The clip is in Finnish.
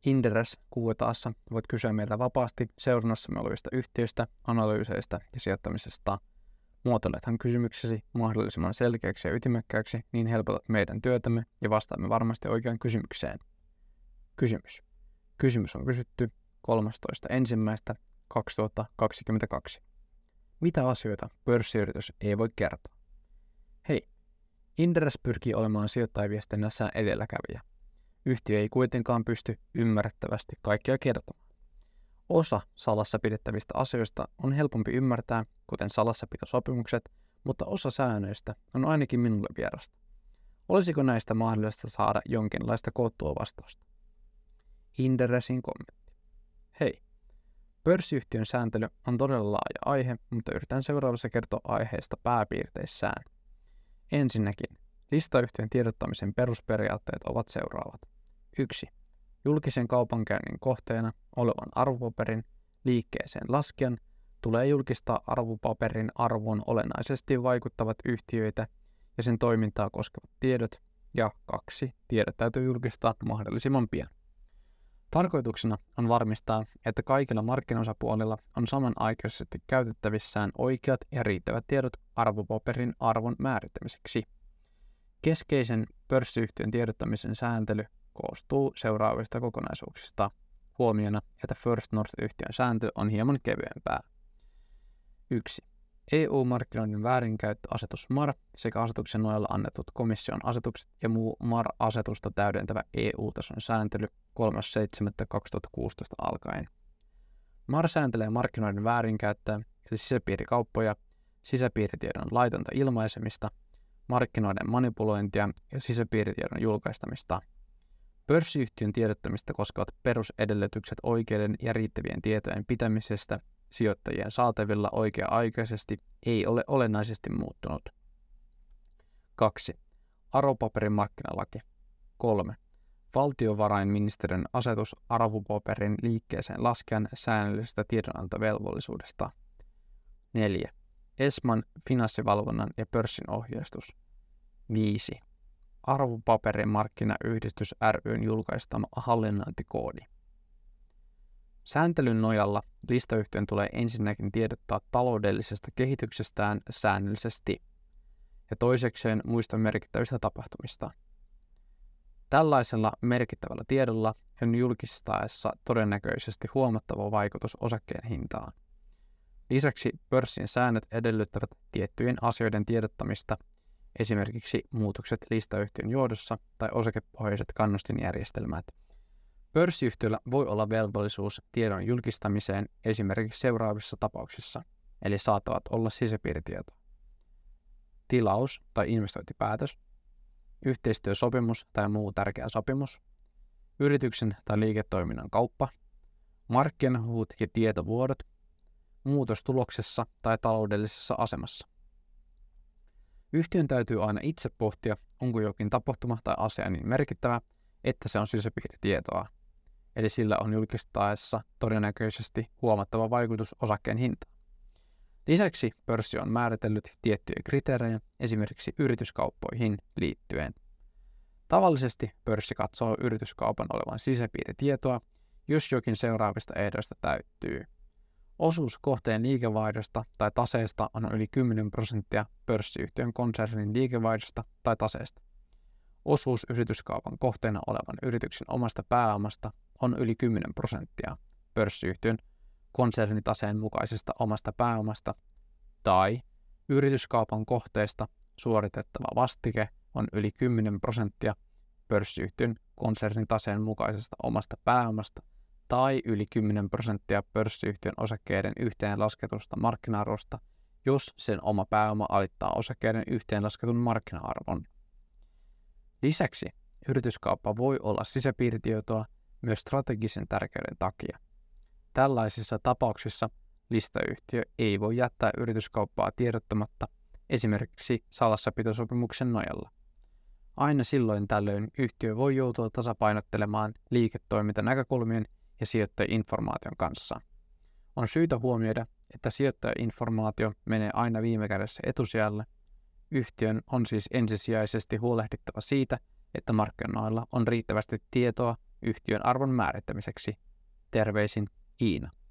Inderes QA:ssa voit kysyä meiltä vapaasti seurannassamme olevista yhtiöistä, analyyseistä ja sijoittamisesta. Muotoilethan kysymyksesi mahdollisimman selkeäksi ja ytimekkääksi, niin helpotat meidän työtämme ja vastaamme varmasti oikeaan kysymykseen. Kysymys. Kysymys on kysytty 13.1.2022. Mitä asioita pörssiyritys ei voi kertoa? Hei, Inderes pyrkii olemaan sijoittajaviestinnässään edelläkävijä. Yhtiö ei kuitenkaan pysty ymmärrettävästi kaikkea kertomaan. Osa salassa pidettävistä asioista on helpompi ymmärtää, kuten salassapitosopimukset, mutta osa säännöistä on ainakin minulle vierasta. Olisiko näistä mahdollista saada jonkinlaista koottua vastausta? Inderesin kommentti. Hei, pörssiyhtiön sääntely on todella laaja aihe, mutta yritän seuraavassa kertoa aiheesta pääpiirteissään. Ensinnäkin, listayhtiön tiedottamisen perusperiaatteet ovat seuraavat. 1. Julkisen kaupankäynnin kohteena olevan arvopaperin liikkeeseen laskijan tulee julkistaa arvopaperin arvoon olennaisesti vaikuttavat yhtiöitä ja sen toimintaa koskevat tiedot, ja 2. Tiedot täytyy julkistaa mahdollisimman pian. Tarkoituksena on varmistaa, että kaikilla markkinaosapuolilla on samanaikaisesti käytettävissään oikeat ja riittävät tiedot arvopaperin arvon määrittämiseksi. Keskeisen pörssiyhtiön tiedottamisen sääntely koostuu seuraavista kokonaisuuksista. Huomiona, että First North-yhtiön sääntely on hieman kevyempää. 1. EU-markkinoiden väärinkäyttöasetus MAR sekä asetuksen nojalla annetut komission asetukset ja muu MAR-asetusta täydentävä EU-tason sääntely 3.7.2016 alkaen. MAR sääntelee markkinoiden väärinkäyttöä eli sisäpiirikauppoja, sisäpiiritiedon laitonta ilmaisemista, markkinoiden manipulointia ja sisäpiiritiedon julkaistamista. Pörssiyhtiön tiedottamista koskevat perusedellytykset oikeiden ja riittävien tietojen pitämisestä sijoittajien saatavilla oikea-aikaisesti ei ole olennaisesti muuttunut. 2. Arvopaperimarkkinalaki. 3. Valtiovarainministeriön asetus arvopaperin liikkeeseen laskejan säännöllisestä tiedonantovelvollisuudesta. 4. ESMAn finanssivalvonnan ja pörssin ohjeistus. 5. Arvopaperimarkkinayhdistys ry:n julkaistama hallinnointikoodi. Sääntelyn nojalla listayhtiön tulee ensinnäkin tiedottaa taloudellisesta kehityksestään säännöllisesti ja toisekseen muista merkittävistä tapahtumista. Tällaisella merkittävällä tiedolla on julkistaessa todennäköisesti huomattava vaikutus osakkeen hintaan. Lisäksi pörssin säännöt edellyttävät tiettyjen asioiden tiedottamista, esimerkiksi muutokset listayhtiön johdossa tai osakepohjaiset kannustinjärjestelmät. Pörssiyhtiöllä voi olla velvollisuus tiedon julkistamiseen esimerkiksi seuraavissa tapauksissa, eli saattavat olla sisäpiiritietoa. Tilaus tai investointipäätös, yhteistyösopimus tai muu tärkeä sopimus, yrityksen tai liiketoiminnan kauppa, markkinahuut ja tietovuodot, muutos tuloksessa tai taloudellisessa asemassa. Yhtiön täytyy aina itse pohtia, onko jokin tapahtuma tai asia niin merkittävä, että se on sisäpiiritietoa, eli sillä on julkistaessa todennäköisesti huomattava vaikutus osakkeen hintaan. Lisäksi pörssi on määritellyt tiettyjä kriteerejä esimerkiksi yrityskauppoihin liittyen. Tavallisesti pörssi katsoo yrityskaupan olevan sisäpiiritietoa, jos jokin seuraavista ehdoista täyttyy. Osuus kohteen liikevaihdosta tai taseesta on yli 10% pörssiyhtiön konsernin liikevaihdosta tai taseesta. Osuus yrityskaupan kohteena olevan yrityksen omasta pääomasta on yli 10% pörssiyhtiön konsernitaseen mukaisesta omasta pääomasta, tai yrityskaupan kohteesta suoritettava vastike on yli 10% pörssiyhtiön konsernitaseen mukaisesta omasta pääomasta, tai yli 10% pörssiyhtiön osakkeiden yhteenlasketusta markkina-arvosta, jos sen oma pääoma alittaa osakkeiden yhteenlasketun markkina-arvon. Lisäksi yrityskauppa voi olla sisäpiiritietoa myös strategisen tärkeyden takia. Tällaisissa tapauksissa listayhtiö ei voi jättää yrityskauppaa tiedottamatta esimerkiksi salassapitosopimuksen nojalla. Aina silloin tällöin yhtiö voi joutua tasapainottelemaan liiketoimintanäkökulmien ja sijoittajainformaation kanssa. On syytä huomioida, että sijoittajainformaatio menee aina viime kädessä etusijalle. Yhtiön on siis ensisijaisesti huolehdittava siitä, että markkinoilla on riittävästi tietoa yhtiön arvon määrittämiseksi. Terveisin Iina.